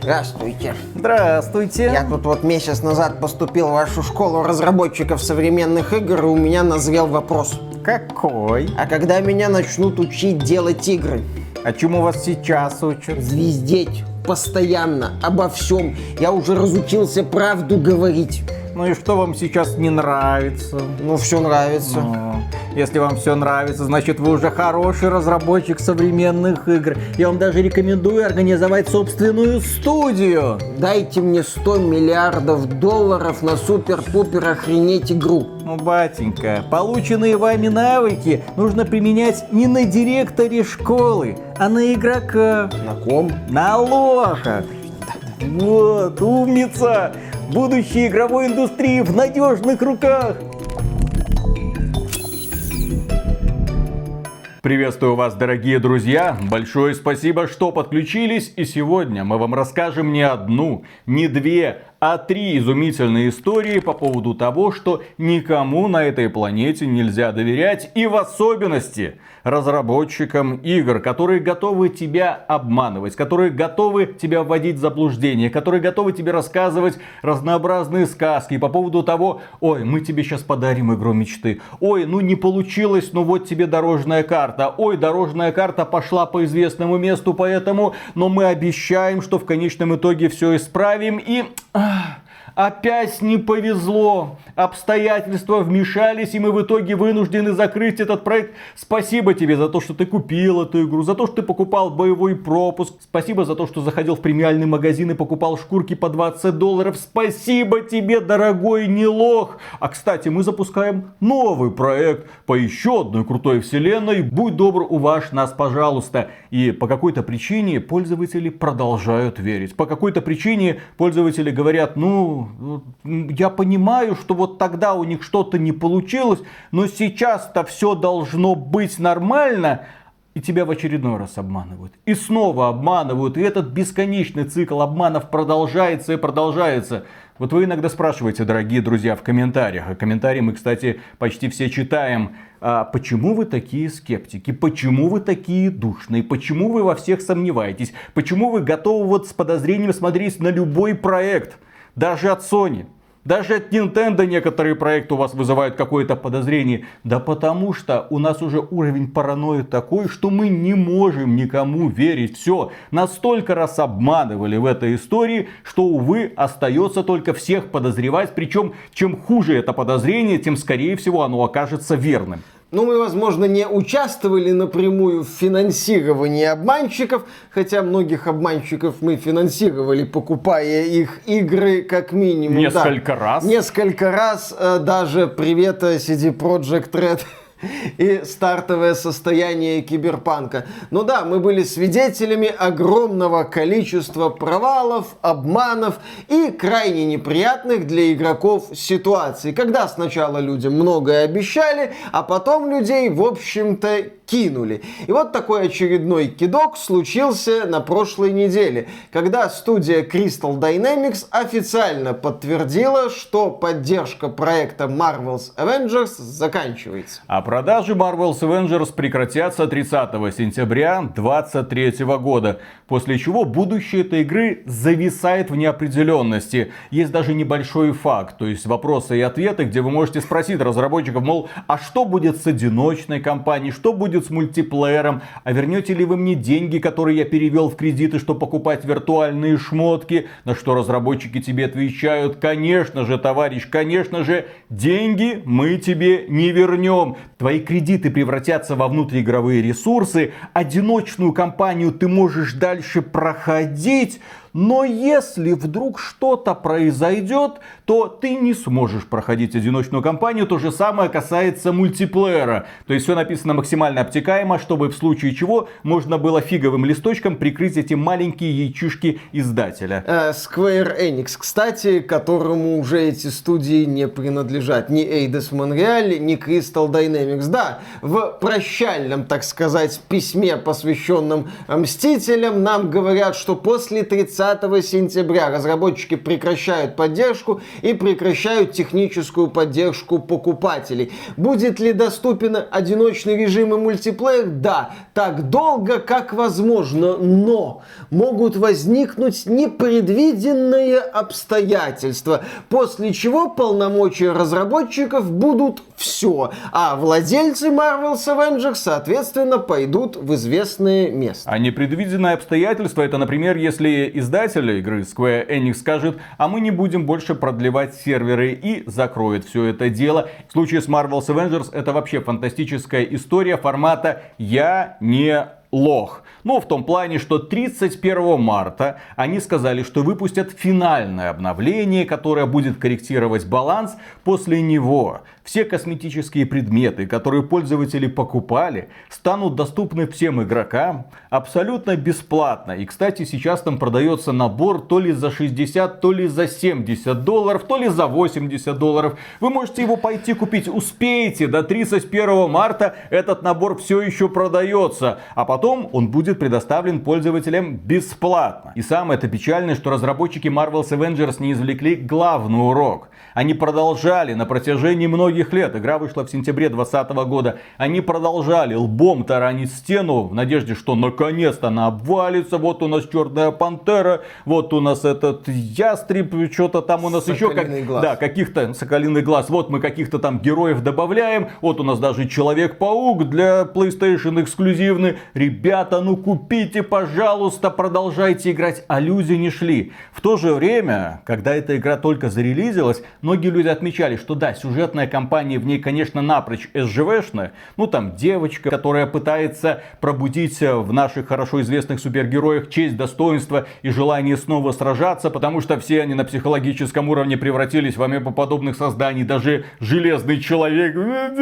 Здравствуйте. Здравствуйте. Я тут вот месяц назад поступил в вашу школу разработчиков современных игр, и у меня назрел вопрос. Какой? А когда меня начнут учить делать игры? А чему вас сейчас учат? Звездеть. Постоянно. Обо всем. Я уже разучился правду говорить. Ну и что вам сейчас не нравится? Ну, все нравится. Если вам все нравится, значит вы уже хороший разработчик современных игр. Я вам даже рекомендую организовать собственную студию. Дайте мне 100 миллиардов долларов на супер-пупер охренеть игру. Ну, батенька, полученные вами навыки нужно применять не на директоре школы, а на игроках. На ком? На лохах. Вот, умница! Будущее игровой индустрии в надежных руках. Приветствую вас, дорогие друзья! Большое спасибо, что подключились. И сегодня мы вам расскажем не одну, не две, а 3 изумительные истории по поводу того, что никому на этой планете нельзя доверять. И в особенности разработчикам игр, которые готовы тебя обманывать, которые готовы тебя вводить в заблуждение, которые готовы тебе рассказывать разнообразные сказки по поводу того: ой, мы тебе сейчас подарим игру мечты, ой, ну не получилось, ну вот тебе дорожная карта, ой, дорожная карта пошла по известному месту, поэтому, но мы обещаем, что в конечном итоге все исправим. И опять не повезло. Обстоятельства вмешались, и мы в итоге вынуждены закрыть этот проект. Спасибо тебе за то, что ты купил эту игру, за то, что ты покупал боевой пропуск. Спасибо за то, что заходил в премиальный магазин и покупал шкурки по $20. Спасибо тебе, дорогой не лох. А кстати, мы запускаем новый проект по еще одной крутой вселенной. Будь добр, уважь нас, пожалуйста. И по какой-то причине пользователи продолжают верить. По какой-то причине пользователи говорят: ну, я понимаю, что вот тогда у них что-то не получилось, но сейчас-то все должно быть нормально. И тебя в очередной раз обманывают. И снова обманывают. И этот бесконечный цикл обманов продолжается и продолжается. Вот вы иногда спрашиваете, дорогие друзья, в комментариях. А комментарии мы, кстати, почти все читаем. А почему вы такие скептики? Почему вы такие душные? Почему вы во всех сомневаетесь? Почему вы готовы вот с подозрением смотреть на любой проект? Даже от Sony. Даже от Nintendo некоторые проекты у вас вызывают какое-то подозрение. Да потому что у нас уже уровень паранойи такой, что мы не можем никому верить. Все, настолько раз обманывали в этой истории, что, увы, остается только всех подозревать. Причем, чем хуже это подозрение, тем скорее всего оно окажется верным. Ну, мы, возможно, не участвовали напрямую в финансировании обманщиков, хотя многих обманщиков мы финансировали, покупая их игры как минимум. Несколько раз. Несколько раз. Даже привет CD Projekt Red и стартовое состояние Киберпанка. Ну да, мы были свидетелями огромного количества провалов, обманов и крайне неприятных для игроков ситуаций, когда сначала людям многое обещали, а потом людей, в общем-то, кинули. И вот такой очередной кидок случился на прошлой неделе, когда студия Crystal Dynamics официально подтвердила, что поддержка проекта Marvel's Avengers заканчивается. А продажи Marvel's Avengers прекратятся 30 сентября 2023 года, после чего будущее этой игры зависает в неопределенности. Есть даже небольшой факт, то есть вопросы и ответы, где вы можете спросить разработчиков, мол, а что будет с одиночной кампанией, что будет с мультиплеером, а вернете ли вы мне деньги, которые я перевел в кредиты, чтобы покупать виртуальные шмотки? На что разработчики тебе отвечают: конечно же, товарищ, конечно же, деньги мы тебе не вернем. Твои кредиты превратятся во внутриигровые ресурсы, одиночную кампанию ты можешь дальше проходить, но если вдруг что-то произойдет, то ты не сможешь проходить одиночную кампанию. То же самое касается мультиплеера. То есть все написано максимально обтекаемо, чтобы в случае чего можно было фиговым листочком прикрыть эти маленькие яичишки издателя. Square Enix, кстати, которому уже эти студии не принадлежат. Ни Eidos Montreal, ни Crystal Dynamics. Да, в прощальном, так сказать, письме, посвященном Мстителям, нам говорят, что после 30 30 сентября разработчики прекращают поддержку и прекращают техническую поддержку покупателей. Будет ли доступен одиночный режим и мультиплеер? Да, так долго, как возможно, но могут возникнуть непредвиденные обстоятельства, после чего полномочия разработчиков будут все, а владельцы Marvel's Avengers, соответственно, пойдут в известное место. А непредвиденное обстоятельство, это, например, если издатель игры Square Enix скажет, а мы не будем больше продлевать серверы и закроет все это дело. В случае с Marvel's Avengers это вообще фантастическая история формата «Я не лох». Но в том плане, что 31 марта они сказали, что выпустят финальное обновление, которое будет корректировать баланс. После него все косметические предметы, которые пользователи покупали, станут доступны всем игрокам абсолютно бесплатно. И, кстати, сейчас там продается набор то ли за 60, то ли за 70 долларов, то ли за 80 долларов. Вы можете его пойти купить. Успеете, до 31 марта этот набор все еще продается. А потом он будет предоставлен пользователям бесплатно. И самое это печальное, что разработчики Marvel's Avengers не извлекли главный урок. Они продолжали на протяжении многих лет. Игра вышла в сентябре 2020 года. Они продолжали лбом таранить стену в надежде, что наконец-то она обвалится. Вот у нас Черная Пантера, вот у нас этот Ястреб, что-то там у нас еще да, каких-то Соколиный глаз. Вот мы каких-то там героев добавляем. Вот у нас даже Человек-паук для PlayStation эксклюзивный. Ребята, ну купите, пожалуйста, продолжайте играть. А люди не шли. В то же время, когда эта игра только зарелизилась, многие люди отмечали, что да, сюжетная кампания в ней, конечно, напрочь СЖВшная. Ну там девочка, которая пытается пробудить в наших хорошо известных супергероях честь, достоинство и желание снова сражаться, потому что все они на психологическом уровне превратились в амебоподобных созданий. Даже Железный Человек.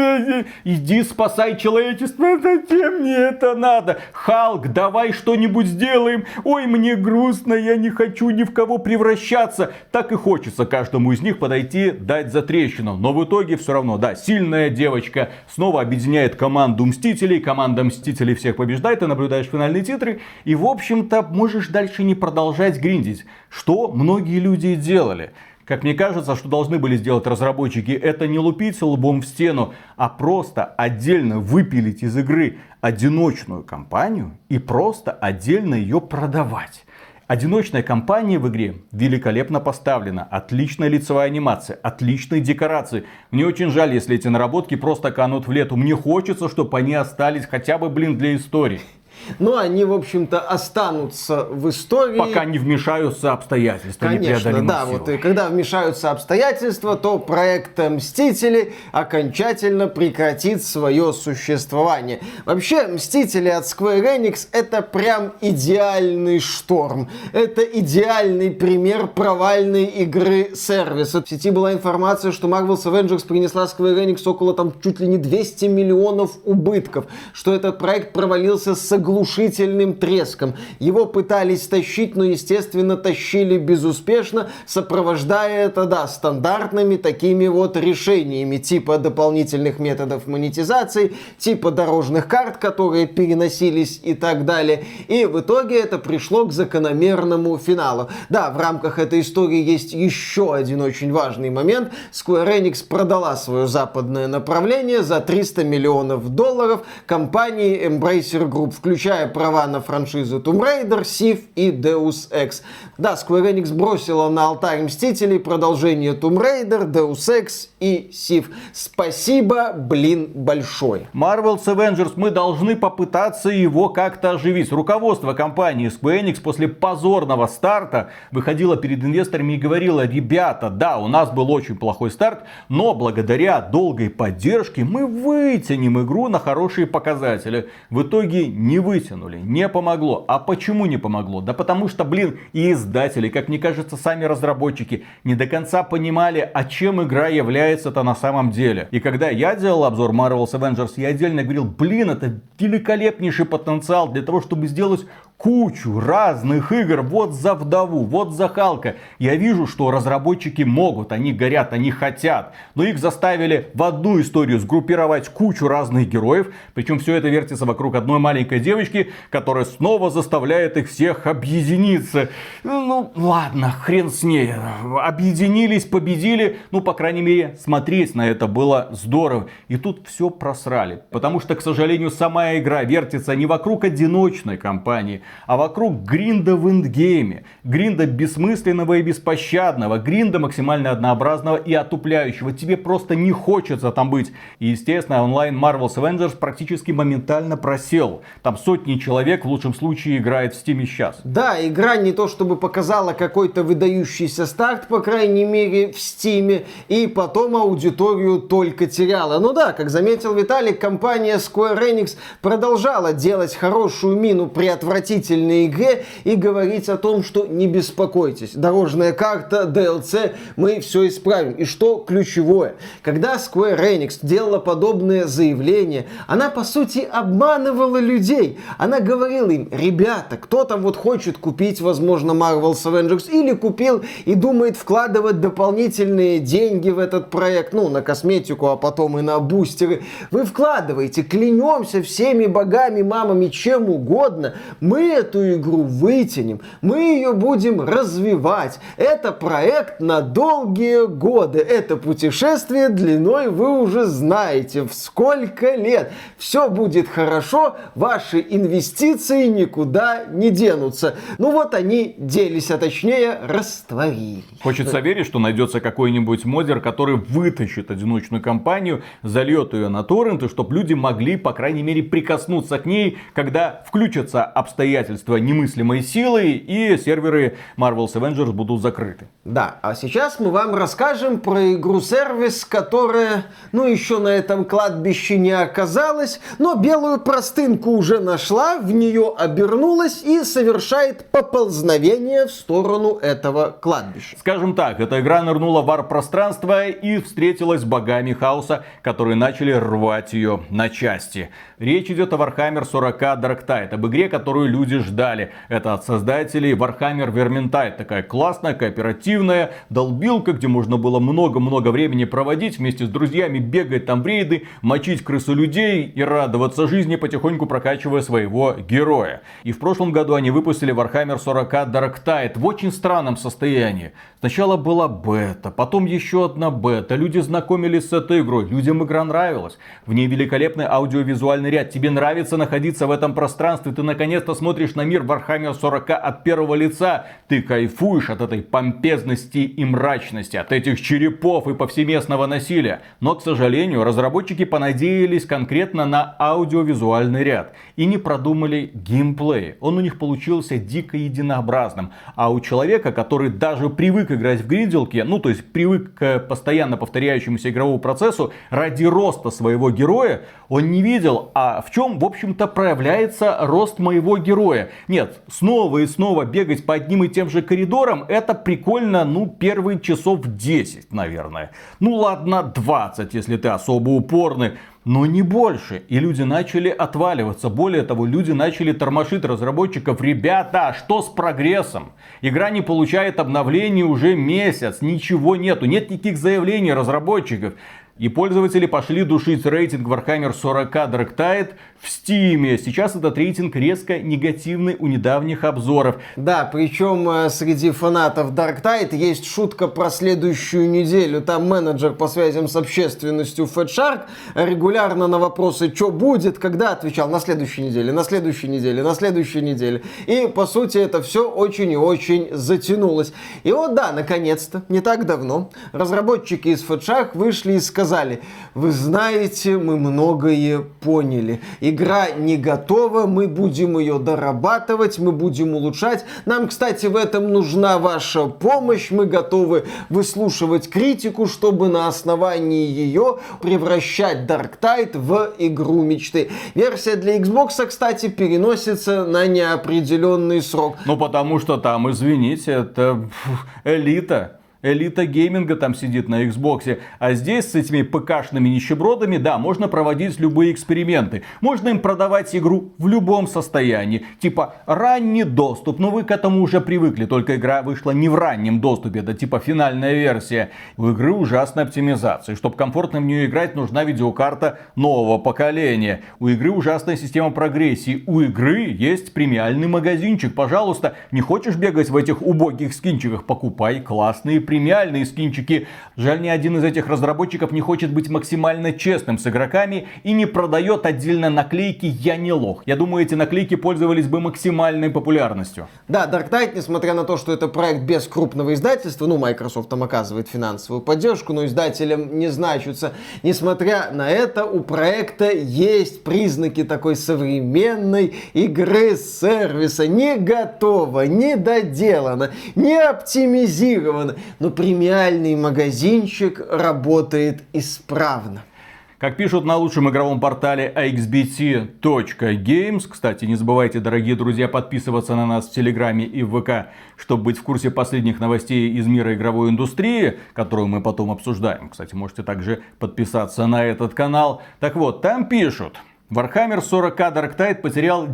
Иди спасай человечество, зачем мне это надо? Халк, давай что-нибудь сделаем. Ой, мне грустно, я не хочу ни в кого превращаться. Так и хочется каждому из них подойти, дать затрещину. Но в итоге все равно, да, сильная девочка снова объединяет команду Мстителей. Команда Мстителей всех побеждает. Ты наблюдаешь финальные титры. И, в общем-то, можешь дальше не продолжать гриндить. Что многие люди делали. Как мне кажется, что должны были сделать разработчики, это не лупить лбом в стену, а просто отдельно выпилить из игры одиночную кампанию и просто отдельно ее продавать. Одиночная кампания в игре великолепно поставлена. Отличная лицевая анимация, отличные декорации. Мне очень жаль, если эти наработки просто канут в лету. Мне хочется, чтобы они остались хотя бы, для истории. Но они, в общем-то, останутся в истории. Пока не вмешаются обстоятельства. Конечно, да. Вот, и когда вмешаются обстоятельства, то проект Мстители окончательно прекратит свое существование. Вообще, Мстители от Square Enix это прям идеальный шторм. Это идеальный пример провальной игры сервиса. В сети была информация, что Marvel's Avengers принесла Square Enix около там чуть ли не 200 миллионов убытков. Что этот проект провалился с оглушительным треском. Его пытались тащить, но, естественно, тащили безуспешно, сопровождая это, да, стандартными такими вот решениями, типа дополнительных методов монетизации, типа дорожных карт, которые переносились и так далее. И в итоге это пришло к закономерному финалу. Да, в рамках этой истории есть еще один очень важный момент. Square Enix продала свое западное направление за 300 миллионов долларов компании Embracer Group, включая права на франшизу Tomb Raider, Civ и Deus Ex. Да, Square Enix бросила на алтарь Мстителей продолжение Tomb Raider, Deus Ex и Civ. Спасибо, большое. Marvel's Avengers, мы должны попытаться его как-то оживить. Руководство компании Square Enix после позорного старта выходило перед инвесторами и говорило: ребята, да, у нас был очень плохой старт, но благодаря долгой поддержке мы вытянем игру на хорошие показатели. В итоге не вытянули, не помогло. А почему не помогло? Да потому что, и издатели, как мне кажется, сами разработчики не до конца понимали, о чем игра является-то на самом деле. И когда я делал обзор Marvel's Avengers, я отдельно говорил: это великолепнейший потенциал для того, чтобы сделать кучу разных игр. Вот за Вдову, вот за Халка. Я вижу, что разработчики могут, они горят, они хотят. Но их заставили в одну историю сгруппировать кучу разных героев. Причем все это вертится вокруг одной маленькой девушки, девочки, которая снова заставляет их всех объединиться. Ну, ладно, хрен с ней. Объединились, победили. Ну, по крайней мере, смотреть на это было здорово. И тут все просрали. Потому что, к сожалению, сама игра вертится не вокруг одиночной кампании, а вокруг гринда в эндгейме. Гринда бессмысленного и беспощадного. Гринда максимально однообразного и отупляющего. Тебе просто не хочется там быть. И, естественно, онлайн Marvel's Avengers практически моментально просел. Там сотни человек в лучшем случае играет в Steam сейчас. Да, игра не то чтобы показала какой-то выдающийся старт, по крайней мере, в Steam, и потом аудиторию только теряла. Ну да, как заметил Виталик, компания Square Enix продолжала делать хорошую мину при отвратительной игре и говорить о том, что не беспокойтесь, дорожная карта, DLC, мы все исправим. И что ключевое, когда Square Enix делала подобное заявление, она по сути обманывала людей. Она говорила им: ребята, кто там вот хочет купить, возможно, Marvel's Avengers, или купил и думает вкладывать дополнительные деньги в этот проект, ну, на косметику, а потом и на бустеры, вы вкладываете, клянемся всеми богами, мамами, чем угодно, мы эту игру вытянем, мы ее будем развивать. Это проект на долгие годы, это путешествие длиной вы уже знаете, в сколько лет. Все будет хорошо, ваши инвестиции никуда не денутся. Ну вот они делись, а точнее растворились. Хочется верить, что найдется какой-нибудь модер, который вытащит одиночную кампанию, зальет ее на торренты, чтобы люди могли, по крайней мере, прикоснуться к ней, когда включатся обстоятельства немыслимой силы и серверы Marvel's Avengers будут закрыты. Да, а сейчас мы вам расскажем про игру-сервис, которая, ну, еще на этом кладбище не оказалась, но белую простынку уже нашла, в нее обернулась и совершает поползновение в сторону этого кладбища. Скажем так, эта игра нырнула в варп-пространство и встретилась с богами хаоса, которые начали рвать ее на части. Речь идет о Warhammer 40 Dark Tide, об игре, которую люди ждали. Это от создателей Warhammer Vermintide. Такая классная, кооперативная долбилка, где можно было много-много времени проводить вместе с друзьями, бегать там в рейды, мочить крысу людей и радоваться жизни, потихоньку прокачивая своего героя. И в прошлом году они выпустили Warhammer 40 Dark Tide в очень странном состоянии. Сначала была бета, потом еще одна бета. Люди знакомились с этой игрой, людям игра нравилась. В ней великолепный аудиовизуальный ряд. Тебе нравится находиться в этом пространстве. Ты наконец-то смотришь на мир Warhammer 40 от первого лица. Ты кайфуешь от этой помпезности и мрачности, от этих черепов и повсеместного насилия. Но, к сожалению, разработчики понадеялись конкретно на аудиовизуальный ряд и не продумали геймплей. Он у них получился дико единообразным. А у человека, который даже привык играть в гринделки, ну то есть привык к постоянно повторяющемуся игровому процессу, ради роста своего героя он не видел, а в чем, в общем-то, проявляется рост моего героя. Нет, снова и снова бегать по одним и тем же коридорам, это прикольно, ну, первые часов 10, наверное. Ну ладно, 20, если ты особо упорный. Но не больше. И люди начали отваливаться. Более того, люди начали тормошить разработчиков. Ребята, что с прогрессом? Игра не получает обновлений уже месяц. Ничего нету. Нет никаких заявлений разработчиков. И пользователи пошли душить рейтинг Warhammer 40 Dark Tide в Steam. Сейчас этот рейтинг резко негативный у недавних обзоров. Да, причем среди фанатов Dark Tide есть шутка про следующую неделю. Там менеджер по связям с общественностью Fat Shark регулярно на вопросы, что будет, когда, отвечал: на следующей неделе, на следующей неделе, на следующей неделе. И по сути это все очень и очень затянулось. И вот да, наконец-то, не так давно, разработчики из Fat Shark вышли и сказали: вы знаете, мы многое поняли. Игра не готова, мы будем ее дорабатывать, мы будем улучшать. Нам, кстати, в этом нужна ваша помощь. Мы готовы выслушивать критику, чтобы на основании ее превращать Dark Tide в игру мечты. Версия для Xbox, кстати, переносится на неопределенный срок. Ну, потому что там, извините, это элита. элита гейминга там сидит на Xbox. А здесь с этими ПКшными нищебродами, да, можно проводить любые эксперименты. Можно им продавать игру в любом состоянии. Типа ранний доступ. Но вы к этому уже привыкли. Только игра вышла не в раннем доступе. Это типа финальная версия. У игры ужасная оптимизация. Чтобы комфортно в нее играть, нужна видеокарта нового поколения. У игры ужасная система прогрессии. У игры есть премиальный магазинчик. Пожалуйста, не хочешь бегать в этих убогих скинчиках? Покупай классные премиальные скинчики. Жаль, ни один из этих разработчиков не хочет быть максимально честным с игроками и не продает отдельно наклейки «Я не лох». Я думаю, эти наклейки пользовались бы максимальной популярностью. Да, Dark Knight, несмотря на то, что это проект без крупного издательства, ну, Microsoft там оказывает финансовую поддержку, но издателем не значится. Несмотря на это, у проекта есть признаки такой современной игры-сервиса. Не готово, не доделано, не оптимизировано, но премиальный магазинчик работает исправно. Как пишут на лучшем игровом портале axbt.games, кстати, не забывайте, дорогие друзья, подписываться на нас в Телеграме и в ВК, чтобы быть в курсе последних новостей из мира игровой индустрии, которую мы потом обсуждаем. Кстати, можете также подписаться на этот канал. Так вот, там пишут: Warhammer 40k Dark Tide потерял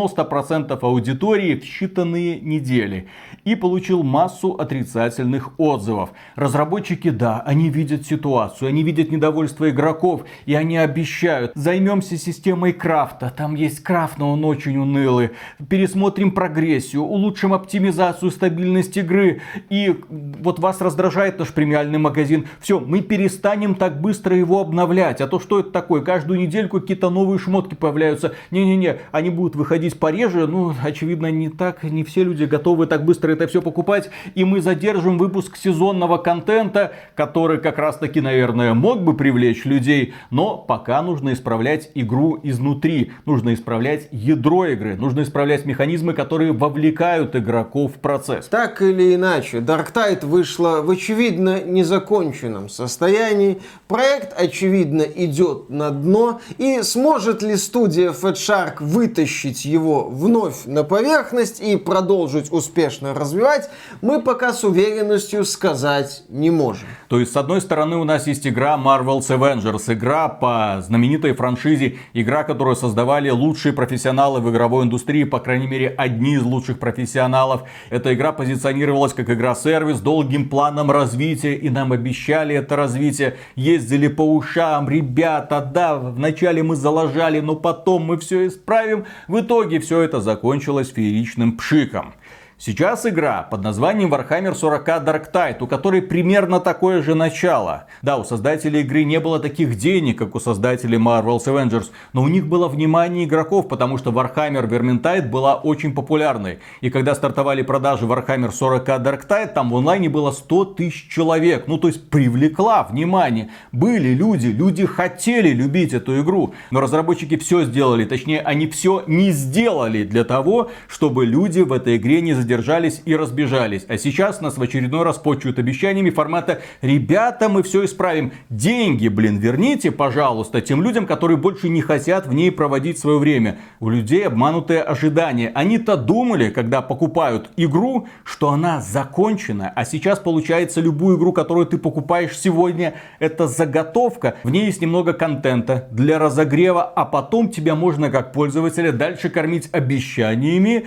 90% аудитории в считанные недели и получил массу отрицательных отзывов. Разработчики, да, они видят ситуацию, они видят недовольство игроков, и они обещают: займемся системой крафта, там есть крафт, но он очень унылый, пересмотрим прогрессию, улучшим оптимизацию, стабильность игры, и вот вас раздражает наш премиальный магазин, все, мы перестанем так быстро его обновлять. А то что это такое? Каждую недельку какие-то новые шмотки появляются. Не-не-не, они будут выходить пореже. Ну, очевидно, не так. Не все люди готовы так быстро это все покупать. И мы задержим выпуск сезонного контента, который как раз таки, наверное, мог бы привлечь людей. Но пока нужно исправлять игру изнутри. Нужно исправлять ядро игры. Нужно исправлять механизмы, которые вовлекают игроков в процесс. Так или иначе, Dark Tide вышла в очевидно незаконченном состоянии. Проект, очевидно, идет на дно. И сможет ли студия Fat Shark вытащить его вновь на поверхность и продолжить успешно развивать, мы пока с уверенностью сказать не можем. То есть, с одной стороны, у нас есть игра Marvel's Avengers, игра по знаменитой франшизе, игра, которую создавали лучшие профессионалы в игровой индустрии, по крайней мере, одни из лучших профессионалов. Эта игра позиционировалась как игра-сервис с долгим планом развития, и нам обещали это развитие, ездили по ушам: ребята, да, вначале мы залажали, но потом мы все исправим. В итоге все это закончилось фееричным пшиком. Сейчас игра под названием Warhammer 40k Dark Tide, у которой примерно такое же начало. Да, у создателей игры не было таких денег, как у создателей Marvel's Avengers, но у них было внимание игроков, потому что Warhammer Vermintide была очень популярной. И когда стартовали продажи Warhammer 40k Dark Tide, там в онлайне было 100 тысяч человек. Ну, то есть привлекла внимание. Были люди хотели любить эту игру. Но разработчики все сделали, точнее, они все не сделали для того, чтобы люди в этой игре не задержались и разбежались. А сейчас нас в очередной раз почуют обещаниями формата: ребята, мы все исправим. Деньги, верните, пожалуйста, тем людям, которые больше не хотят в ней проводить свое время. У людей обманутые ожидания. Они-то думали, когда покупают игру, что она закончена. А сейчас получается, любую игру, которую ты покупаешь сегодня, это заготовка. В ней есть немного контента для разогрева, а потом тебя можно как пользователя дальше кормить обещаниями.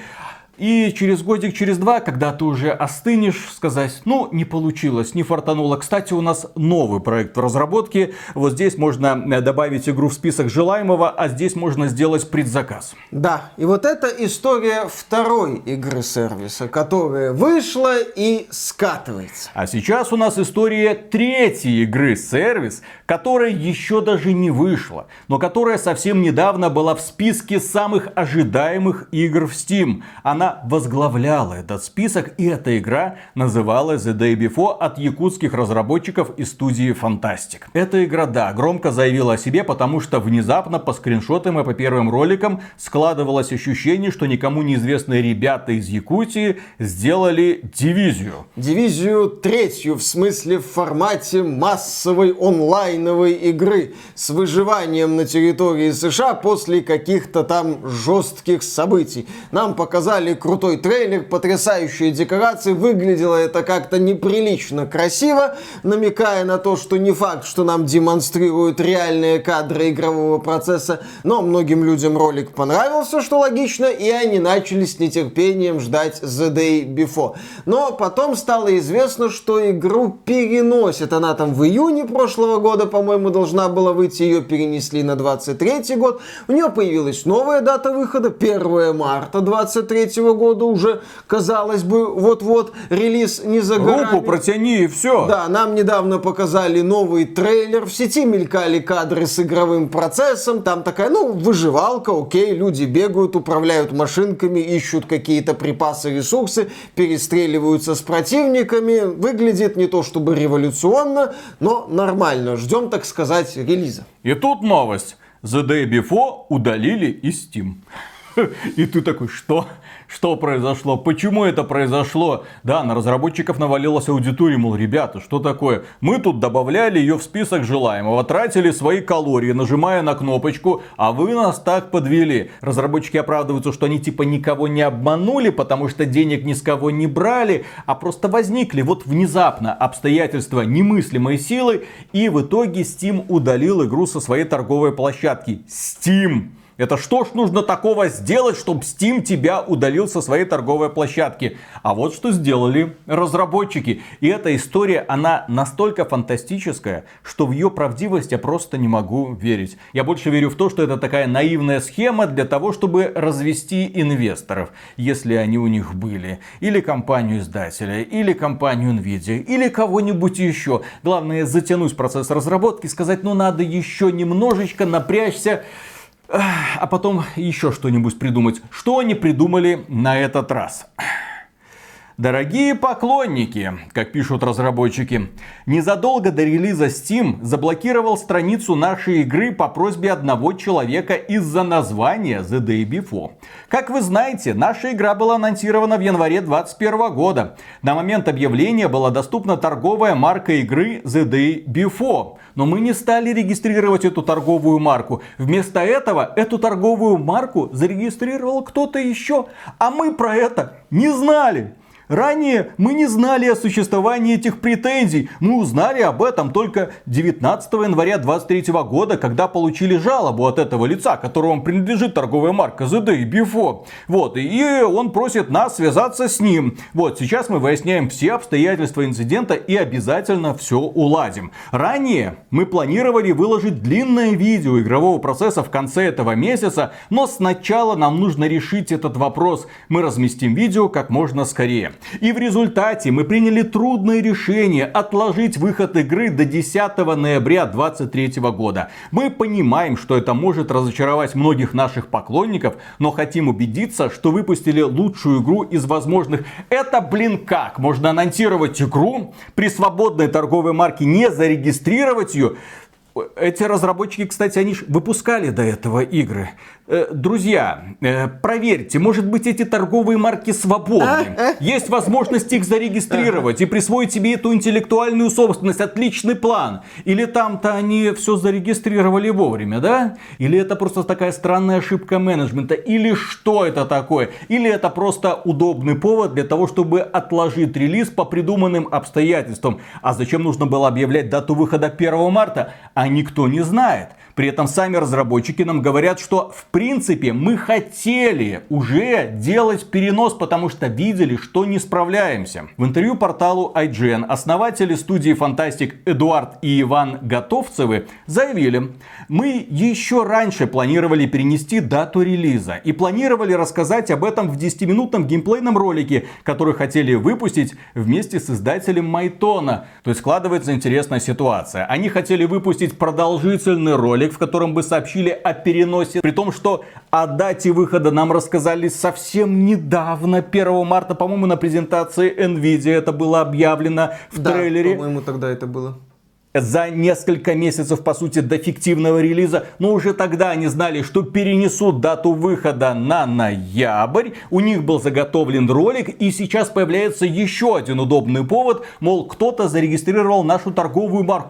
И через годик, через два, когда ты уже остынешь, сказать: ну, не получилось, не фартануло. Кстати, у нас новый проект в разработке. Вот здесь можно добавить игру в список желаемого, а здесь можно сделать предзаказ. Да, и вот это история второй игры-сервиса, которая вышла и скатывается. А сейчас у нас история третьей игры-сервис, которая еще даже не вышла, но которая совсем недавно была в списке самых ожидаемых игр в Steam. Она возглавляла этот список, и эта игра называлась The Day Before от якутских разработчиков из студии Fantastic. Эта игра, да, громко заявила о себе, потому что внезапно по скриншотам и по первым роликам складывалось ощущение, что никому неизвестные ребята из Якутии сделали дивизию. Дивизию третью, в смысле в формате массовой онлайновой игры с выживанием на территории США после каких-то там жестких событий. Нам показали сняли крутой трейлер, потрясающие декорации, выглядело это как-то неприлично красиво, намекая на то, что не факт, что нам демонстрируют реальные кадры игрового процесса, но многим людям ролик понравился, что логично, и они начали с нетерпением ждать The Day Before. Но потом стало известно, что игру переносят. Она там в июне прошлого года, по-моему, должна была выйти, ее перенесли на 23 год. У нее появилась новая дата выхода, 1 марта 23 года, уже, казалось бы, вот-вот релиз не за горами. Руку протяни и все. Да, нам недавно показали новый трейлер, в сети мелькали кадры с игровым процессом, там такая, выживалка, окей, люди бегают, управляют машинками, ищут какие-то припасы, ресурсы, перестреливаются с противниками, выглядит не то чтобы революционно, но нормально, ждем, так сказать, релиза. И тут новость. The Day Before удалили из Steam. И ты такой, что? Что произошло? Почему это произошло? Да, на разработчиков навалилась аудитория, мол, ребята, что такое? Мы тут добавляли ее в список желаемого, тратили свои калории, нажимая на кнопочку, а вы нас так подвели. Разработчики оправдываются, что они типа никого не обманули, потому что денег ни с кого не брали, а просто возникли вот внезапно обстоятельства немыслимой силы, и в итоге Steam удалил игру со своей торговой площадки. Steam! Это что ж нужно такого сделать, чтобы Steam тебя удалил со своей торговой площадки? А вот что сделали разработчики. И эта история, она настолько фантастическая, что в ее правдивость я просто не могу верить. Я больше верю в то, что это такая наивная схема для того, чтобы развести инвесторов, если они у них были. Или компанию-издателя, или компанию Nvidia, или кого-нибудь еще. Главное затянуть процесс разработки, сказать, надо еще немножечко напрячься, а потом еще что-нибудь придумать. Что они придумали на этот раз? Дорогие поклонники, как пишут разработчики, незадолго до релиза Steam заблокировал страницу нашей игры по просьбе одного человека из-за названия The Day Before. Как вы знаете, наша игра была анонсирована в январе 2021 года. На момент объявления была доступна торговая марка игры The Day Before. Но мы не стали регистрировать эту торговую марку. Вместо этого эту торговую марку зарегистрировал кто-то еще. А мы про это не знали. Ранее мы не знали о существовании этих претензий. Мы узнали об этом только 19 января 2023 года, когда получили жалобу от этого лица, которому принадлежит торговая марка The Day Before. Вот, и он просит нас связаться с ним. Вот, сейчас мы выясняем все обстоятельства инцидента и обязательно все уладим. Ранее мы планировали выложить длинное видео игрового процесса в конце этого месяца, но сначала нам нужно решить этот вопрос. Мы разместим видео как можно скорее. И в результате мы приняли трудное решение отложить выход игры до 10 ноября 2023 года. Мы понимаем, что это может разочаровать многих наших поклонников, но хотим убедиться, что выпустили лучшую игру из возможных. Это, как? Можно анонсировать игру, при свободной торговой марке не зарегистрировать ее? Эти разработчики, кстати, они же выпускали до этого игры. Друзья, проверьте, может быть, эти торговые марки свободны. Есть возможность их зарегистрировать и присвоить себе эту интеллектуальную собственность. Отличный план. Или там-то они все зарегистрировали вовремя, да? Или это просто такая странная ошибка менеджмента? Или что это такое? Или это просто удобный повод для того, чтобы отложить релиз по придуманным обстоятельствам? А зачем нужно было объявлять дату выхода 1 марта? А никто не знает. При этом сами разработчики нам говорят, что в принципе мы хотели уже делать перенос, потому что видели, что не справляемся. В интервью порталу IGN основатели студии Fantastic Эдуард и Иван Готовцевы заявили: мы еще раньше планировали перенести дату релиза и планировали рассказать об этом в 10-минутном геймплейном ролике, который хотели выпустить вместе с издателем Майтона. То есть складывается интересная ситуация. Они хотели выпустить продолжительный ролик, в котором бы сообщили о переносе, при том, что о дате выхода нам рассказали совсем недавно, 1 марта, по-моему, на презентации Nvidia это было объявлено в трейлере. По-моему, тогда это было. За несколько месяцев, по сути, до фиктивного релиза, но уже тогда они знали, что перенесут дату выхода на ноябрь. У них был заготовлен ролик, и сейчас появляется еще один удобный повод, мол, кто-то зарегистрировал нашу торговую марку.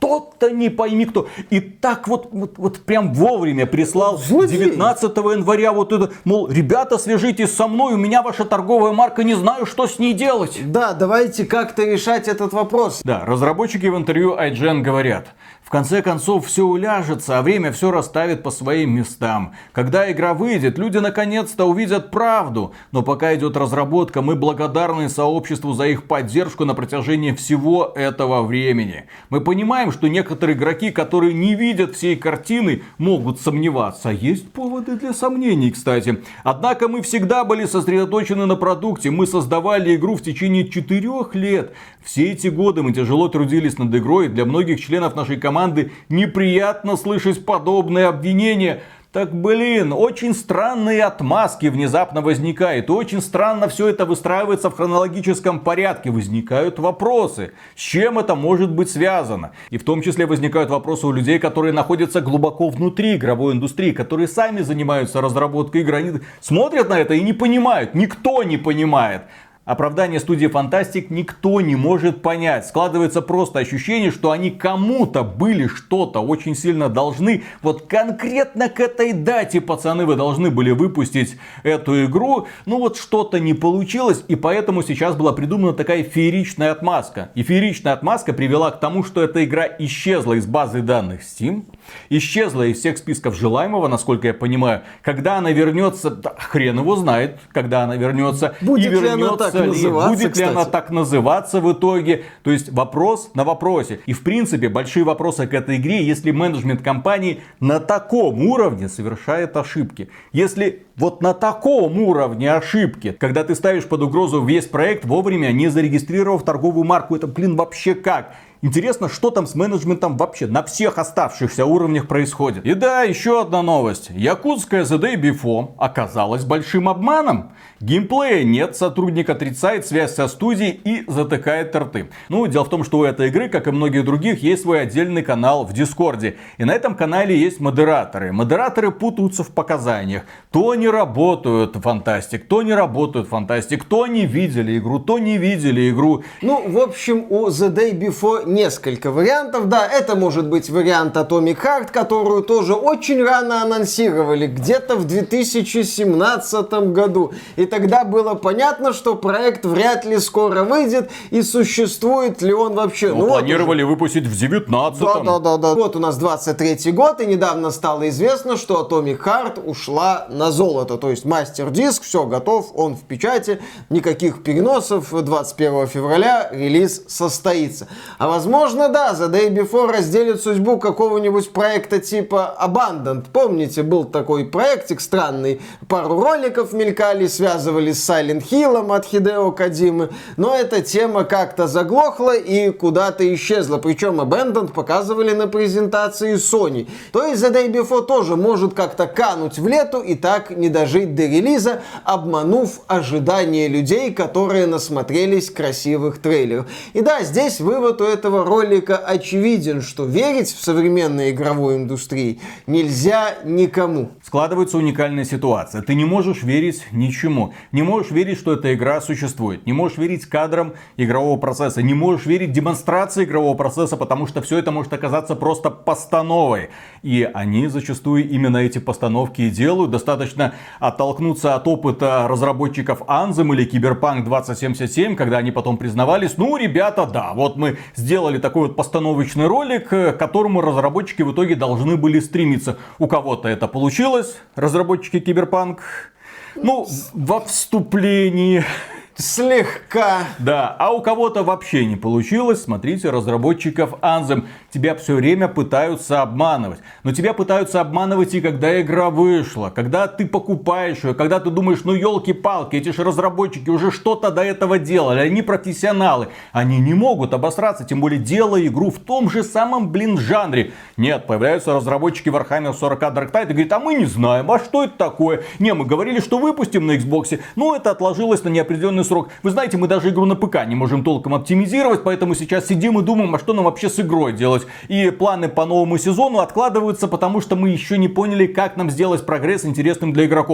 что-то не пойми кто. И так вот прям вовремя прислал 19 января вот это, мол, ребята, свяжитесь со мной, у меня ваша торговая марка, не знаю, что с ней делать. Да, давайте как-то решать этот вопрос. Да, разработчики в интервью IGN говорят: в конце концов все уляжется, а время все расставит по своим местам. Когда игра выйдет, люди наконец-то увидят правду. Но пока идет разработка, мы благодарны сообществу за их поддержку на протяжении всего этого времени. Мы понимаем, что некоторые игроки, которые не видят всей картины, могут сомневаться. Есть поводы для сомнений, кстати. Однако мы всегда были сосредоточены на продукте. Мы создавали игру в течение 4 лет. Все эти годы мы тяжело трудились над игрой. Для многих членов нашей команды неприятно слышать подобные обвинения. Так, очень странные отмазки внезапно возникают. И очень странно все это выстраивается в хронологическом порядке. Возникают вопросы. С чем это может быть связано? И в том числе возникают вопросы у людей, которые находятся глубоко внутри игровой индустрии, которые сами занимаются разработкой игр. Они смотрят на это и не понимают. Никто не понимает. Оправдание студии Fantastic никто не может понять. Складывается просто ощущение, что они кому-то были что-то очень сильно должны. Вот конкретно к этой дате, пацаны, вы должны были выпустить эту игру. Ну вот что-то не получилось, и поэтому сейчас была придумана такая фееричная отмазка. И фееричная отмазка привела к тому, что эта игра исчезла из базы данных Steam. Исчезла из всех списков желаемого, насколько я понимаю. Когда она вернется, да, хрен его знает, когда она вернется. Будет и вернется будет ли она так называться в итоге. То есть вопрос на вопросе. И в принципе большие вопросы к этой игре, если менеджмент компании на таком уровне совершает ошибки. Если вот на таком уровне ошибки, когда ты ставишь под угрозу весь проект, вовремя не зарегистрировав торговую марку, это, вообще как? Интересно, что там с менеджментом вообще на всех оставшихся уровнях происходит. И да, еще одна новость. Якутская The Day Before оказалась большим обманом. Геймплея нет, сотрудник отрицает связь со студией и затыкает рты. Ну, дело в том, что у этой игры, как и многих других, есть свой отдельный канал в Дискорде. И на этом канале есть модераторы. Модераторы путаются в показаниях. То не работают Фантастик, то не работают Фантастик, то не видели игру, то не видели игру. Ну, в общем, у The Day Before несколько вариантов. Да, это может быть вариант Atomic Heart, которую тоже очень рано анонсировали, где-то в 2017 году. И тогда было понятно, что проект вряд ли скоро выйдет, и существует ли он вообще. Ну планировали выпустить в 19-м. Да. Вот у нас 23-й год, и недавно стало известно, что Atomic Heart ушла на золото. То есть мастер-диск, все готов, он в печати, никаких переносов, 21 февраля релиз состоится. А возможно, да, The Day Before разделит судьбу какого-нибудь проекта типа Abandoned. Помните, был такой проектик странный, пару роликов мелькали, связывались с Silent Hill'ом от Хидео Кодзимы, но эта тема как-то заглохла и куда-то исчезла. Причем Abandoned показывали на презентации Sony. То есть The Day Before тоже может как-то кануть в лету и так не дожить до релиза, обманув ожидания людей, которые насмотрелись красивых трейлеров. И да, здесь вывод у этого ролика очевиден, что верить в современной игровой индустрии нельзя никому. Складывается уникальная ситуация. Ты не можешь верить ничему. Не можешь верить, что эта игра существует. Не можешь верить кадрам игрового процесса. Не можешь верить демонстрации игрового процесса, потому что все это может оказаться просто постановой. И они зачастую именно эти постановки и делают. Достаточно оттолкнуться от опыта разработчиков Anthem или Cyberpunk 2077, когда они потом признавались: ну, ребята, да, вот мы сделали такой вот постановочный ролик, к которому разработчики в итоге должны были стремиться. У кого-то это получилось, разработчики Cyberpunk, ну, во вступлении. Слегка. Да, а у кого-то вообще не получилось. Смотрите, разработчиков Anthem. Тебя все время пытаются обманывать. Но тебя пытаются обманывать и когда игра вышла. Когда ты покупаешь ее, когда ты думаешь: ну елки-палки, эти же разработчики уже что-то до этого делали. Они профессионалы. Они не могут обосраться, тем более делая игру в том же самом, жанре. Нет, появляются разработчики Warhammer 40 Dark Tide и говорят: а мы не знаем, а что это такое? Не, мы говорили, что выпустим на Xbox, но это отложилось на неопределенный срок. Вы знаете, мы даже игру на ПК не можем толком оптимизировать, поэтому сейчас сидим и думаем, а что нам вообще с игрой делать. И планы по новому сезону откладываются, потому что мы еще не поняли, как нам сделать прогресс интересным для игроков.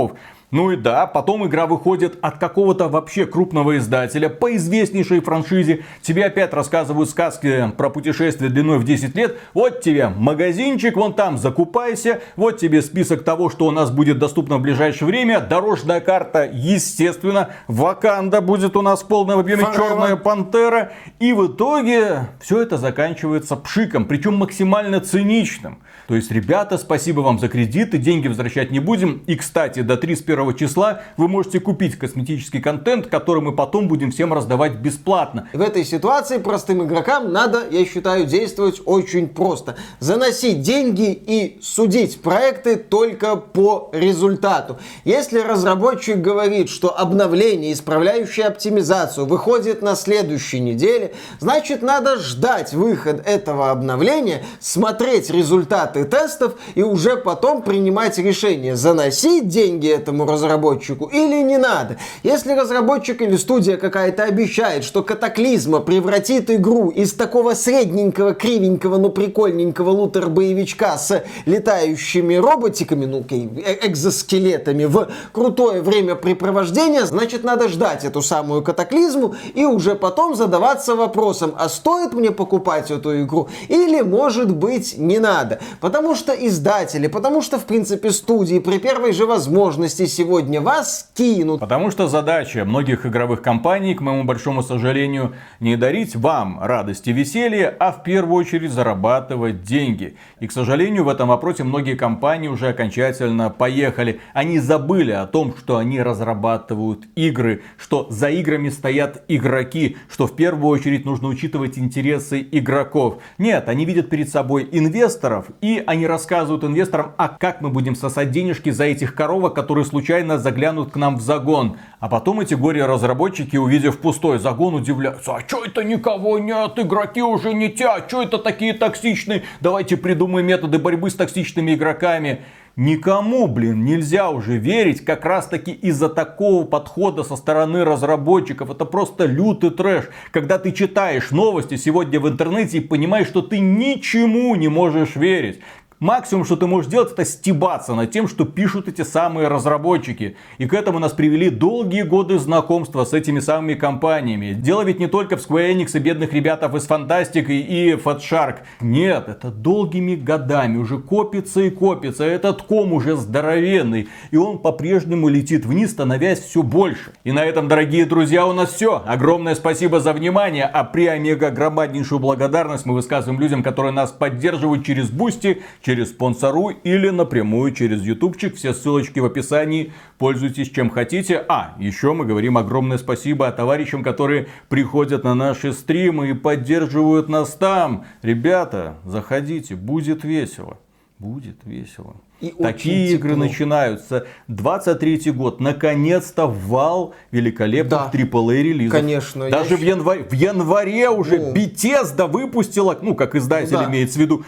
Ну и да, потом игра выходит от какого-то вообще крупного издателя по известнейшей франшизе. Тебе опять рассказывают сказки про путешествие длиной в 10 лет. Вот тебе магазинчик, вон там закупайся. Вот тебе список того, что у нас будет доступно в ближайшее время. Дорожная карта, естественно. Ваканда будет у нас в полном объеме. Черная пантера. И в итоге все это заканчивается пшиком. Причем максимально циничным. То есть, ребята, спасибо вам за кредиты, деньги возвращать не будем. И, кстати, до 31 числа вы можете купить косметический контент, который мы потом будем всем раздавать бесплатно. В этой ситуации простым игрокам надо, я считаю, действовать очень просто. Заносить деньги и судить проекты только по результату. Если разработчик говорит, что обновление, исправляющее оптимизацию, выходит на следующей неделе, значит, надо ждать выход этого обновления, смотреть результаты тестов и уже потом принимать решение, заносить деньги этому разработчику или не надо. Если разработчик или студия какая-то обещает, что Катаклизма превратит игру из такого средненького, кривенького, но прикольненького лутер-боевичка с летающими роботиками, экзоскелетами, в крутое времяпрепровождение, значит, надо ждать эту самую Катаклизму и уже потом задаваться вопросом, а стоит мне покупать эту игру или, может быть, не надо. Потому что издатели, потому что, в принципе, студии при первой же возможности сегодня вас кинут. Потому что задача многих игровых компаний, к моему большому сожалению, не дарить вам радость и веселье, а в первую очередь зарабатывать деньги. И, к сожалению, в этом вопросе многие компании уже окончательно поехали. Они забыли о том, что они разрабатывают игры, что за играми стоят игроки, что в первую очередь нужно учитывать интересы игроков. Нет, они видят перед собой инвесторов, и они рассказывают инвесторам, а как мы будем сосать денежки за этих коровок, которые случайно заглянут к нам в загон. А потом эти горе-разработчики, увидев пустой загон, удивляются, а чё это никого нет, игроки уже не те, а чё это такие токсичные, давайте придумаем методы борьбы с токсичными игроками. Никому, нельзя уже верить как раз таки из-за такого подхода со стороны разработчиков. Это просто лютый трэш. Когда ты читаешь новости сегодня в интернете и понимаешь, что ты ничему не можешь верить. Максимум, что ты можешь делать, это стебаться над тем, что пишут эти самые разработчики. И к этому нас привели долгие годы знакомства с этими самыми компаниями. Дело ведь не только в Square Enix и бедных ребятах из Fantastic и Fatshark. Нет, это долгими годами уже копится и копится. Этот ком уже здоровенный. И он по-прежнему летит вниз, становясь все больше. И на этом, дорогие друзья, у нас все. Огромное спасибо за внимание. А при омега громаднейшую благодарность мы высказываем людям, которые нас поддерживают через Boosty, через Спонсору или напрямую через ютубчик. Все ссылочки в описании. Пользуйтесь чем хотите. А, еще мы говорим огромное спасибо товарищам, которые приходят на наши стримы и поддерживают нас там. Ребята, заходите, будет весело. Будет весело. И такие игры начинаются. 23-й год. Наконец-то вал великолепных AAA релизов. Конечно. Даже в январе уже Bethesda выпустила, как издатель имеется в виду,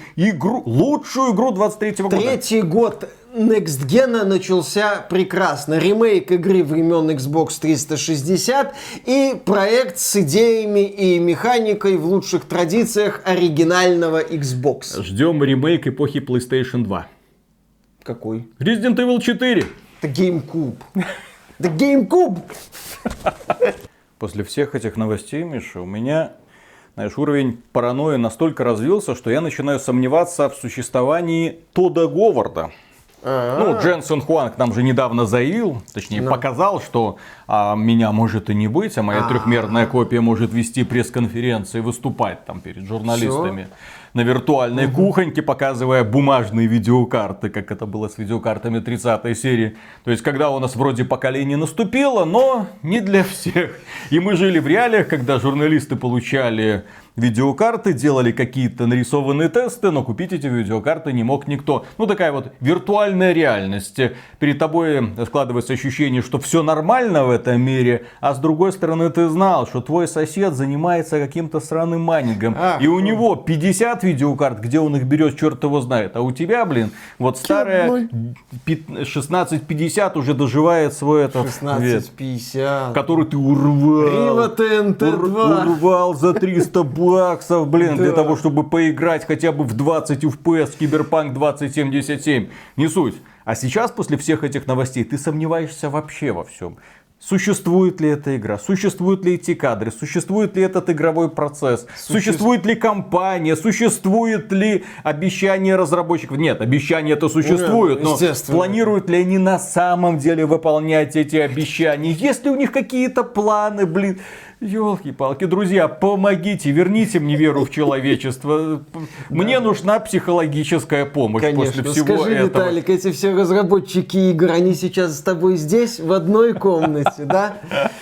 лучшую игру 23-го года. Третий год Next Gen начался прекрасно. Ремейк игры времен Xbox 360 и проект с идеями и механикой в лучших традициях оригинального Xbox. Ждем ремейк эпохи PlayStation 2. Какой? Resident Evil 4. Это GameCube. Это GameCube! После всех этих новостей, Миша, у меня, уровень паранойи настолько развился, что я начинаю сомневаться в существовании Тодда Говарда. Дженсен Хуанг нам же недавно заявил, точнее показал, что меня может и не быть, а моя трехмерная копия может вести пресс-конференции, выступать там перед журналистами. На виртуальной кухоньке, показывая бумажные видеокарты, как это было с видеокартами 30-й серии. То есть, когда у нас вроде поколение наступило, но не для всех. И мы жили в реалиях, когда журналисты получали видеокарты, делали какие-то нарисованные тесты, но купить эти видеокарты не мог никто. Такая вот виртуальная реальность. Перед тобой складывается ощущение, что все нормально в этом мире, а с другой стороны ты знал, что твой сосед занимается каким-то сраным майнингом. И у него 50 50 видеокарт, где он их берет, черт его знает. А у тебя, блин, вот старая 1650 уже доживает свой этот 1650. который ты урвал. Рива ТНТ-2. Урвал за 300 баксов, блин, для того, чтобы поиграть хотя бы в 20 FPS Cyberpunk 2077. Не суть. А сейчас, после всех этих новостей, ты сомневаешься вообще во всем. Существует ли эта игра? Существуют ли эти кадры? Существует ли этот игровой процесс? Существует ли компания? Существует ли обещание разработчиков? Нет, обещания-то существуют, но планируют ли они на самом деле выполнять эти обещания? Есть ли у них какие-то планы, блин? Ёлки-палки, друзья, помогите, верните мне веру в человечество. Мне нужна психологическая помощь. Конечно. После всего Скажи, этого. Виталик, эти все разработчики игр, они сейчас с тобой здесь, в одной комнате, да?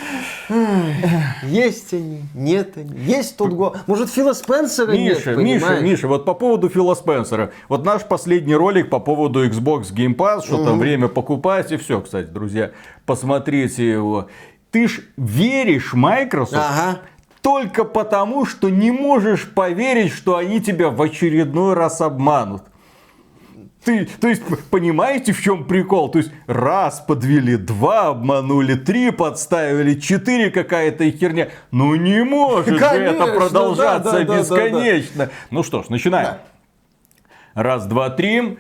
Есть они, нет они, есть тут может, Фила Спенсера нет, понимаешь? Миша, вот по поводу Фила Спенсера. Вот наш последний ролик по поводу Xbox Game Pass, что там время покупать и все, кстати, друзья, посмотрите его. Ты ж веришь Microsoft только потому, что не можешь поверить, что они тебя в очередной раз обманут. То есть, понимаете, в чем прикол? То есть, раз подвели, два обманули, 3 подставили, 4 какая-то херня. Ну не может же это продолжаться бесконечно. Ну что ж, начинаем. Раз, два, три.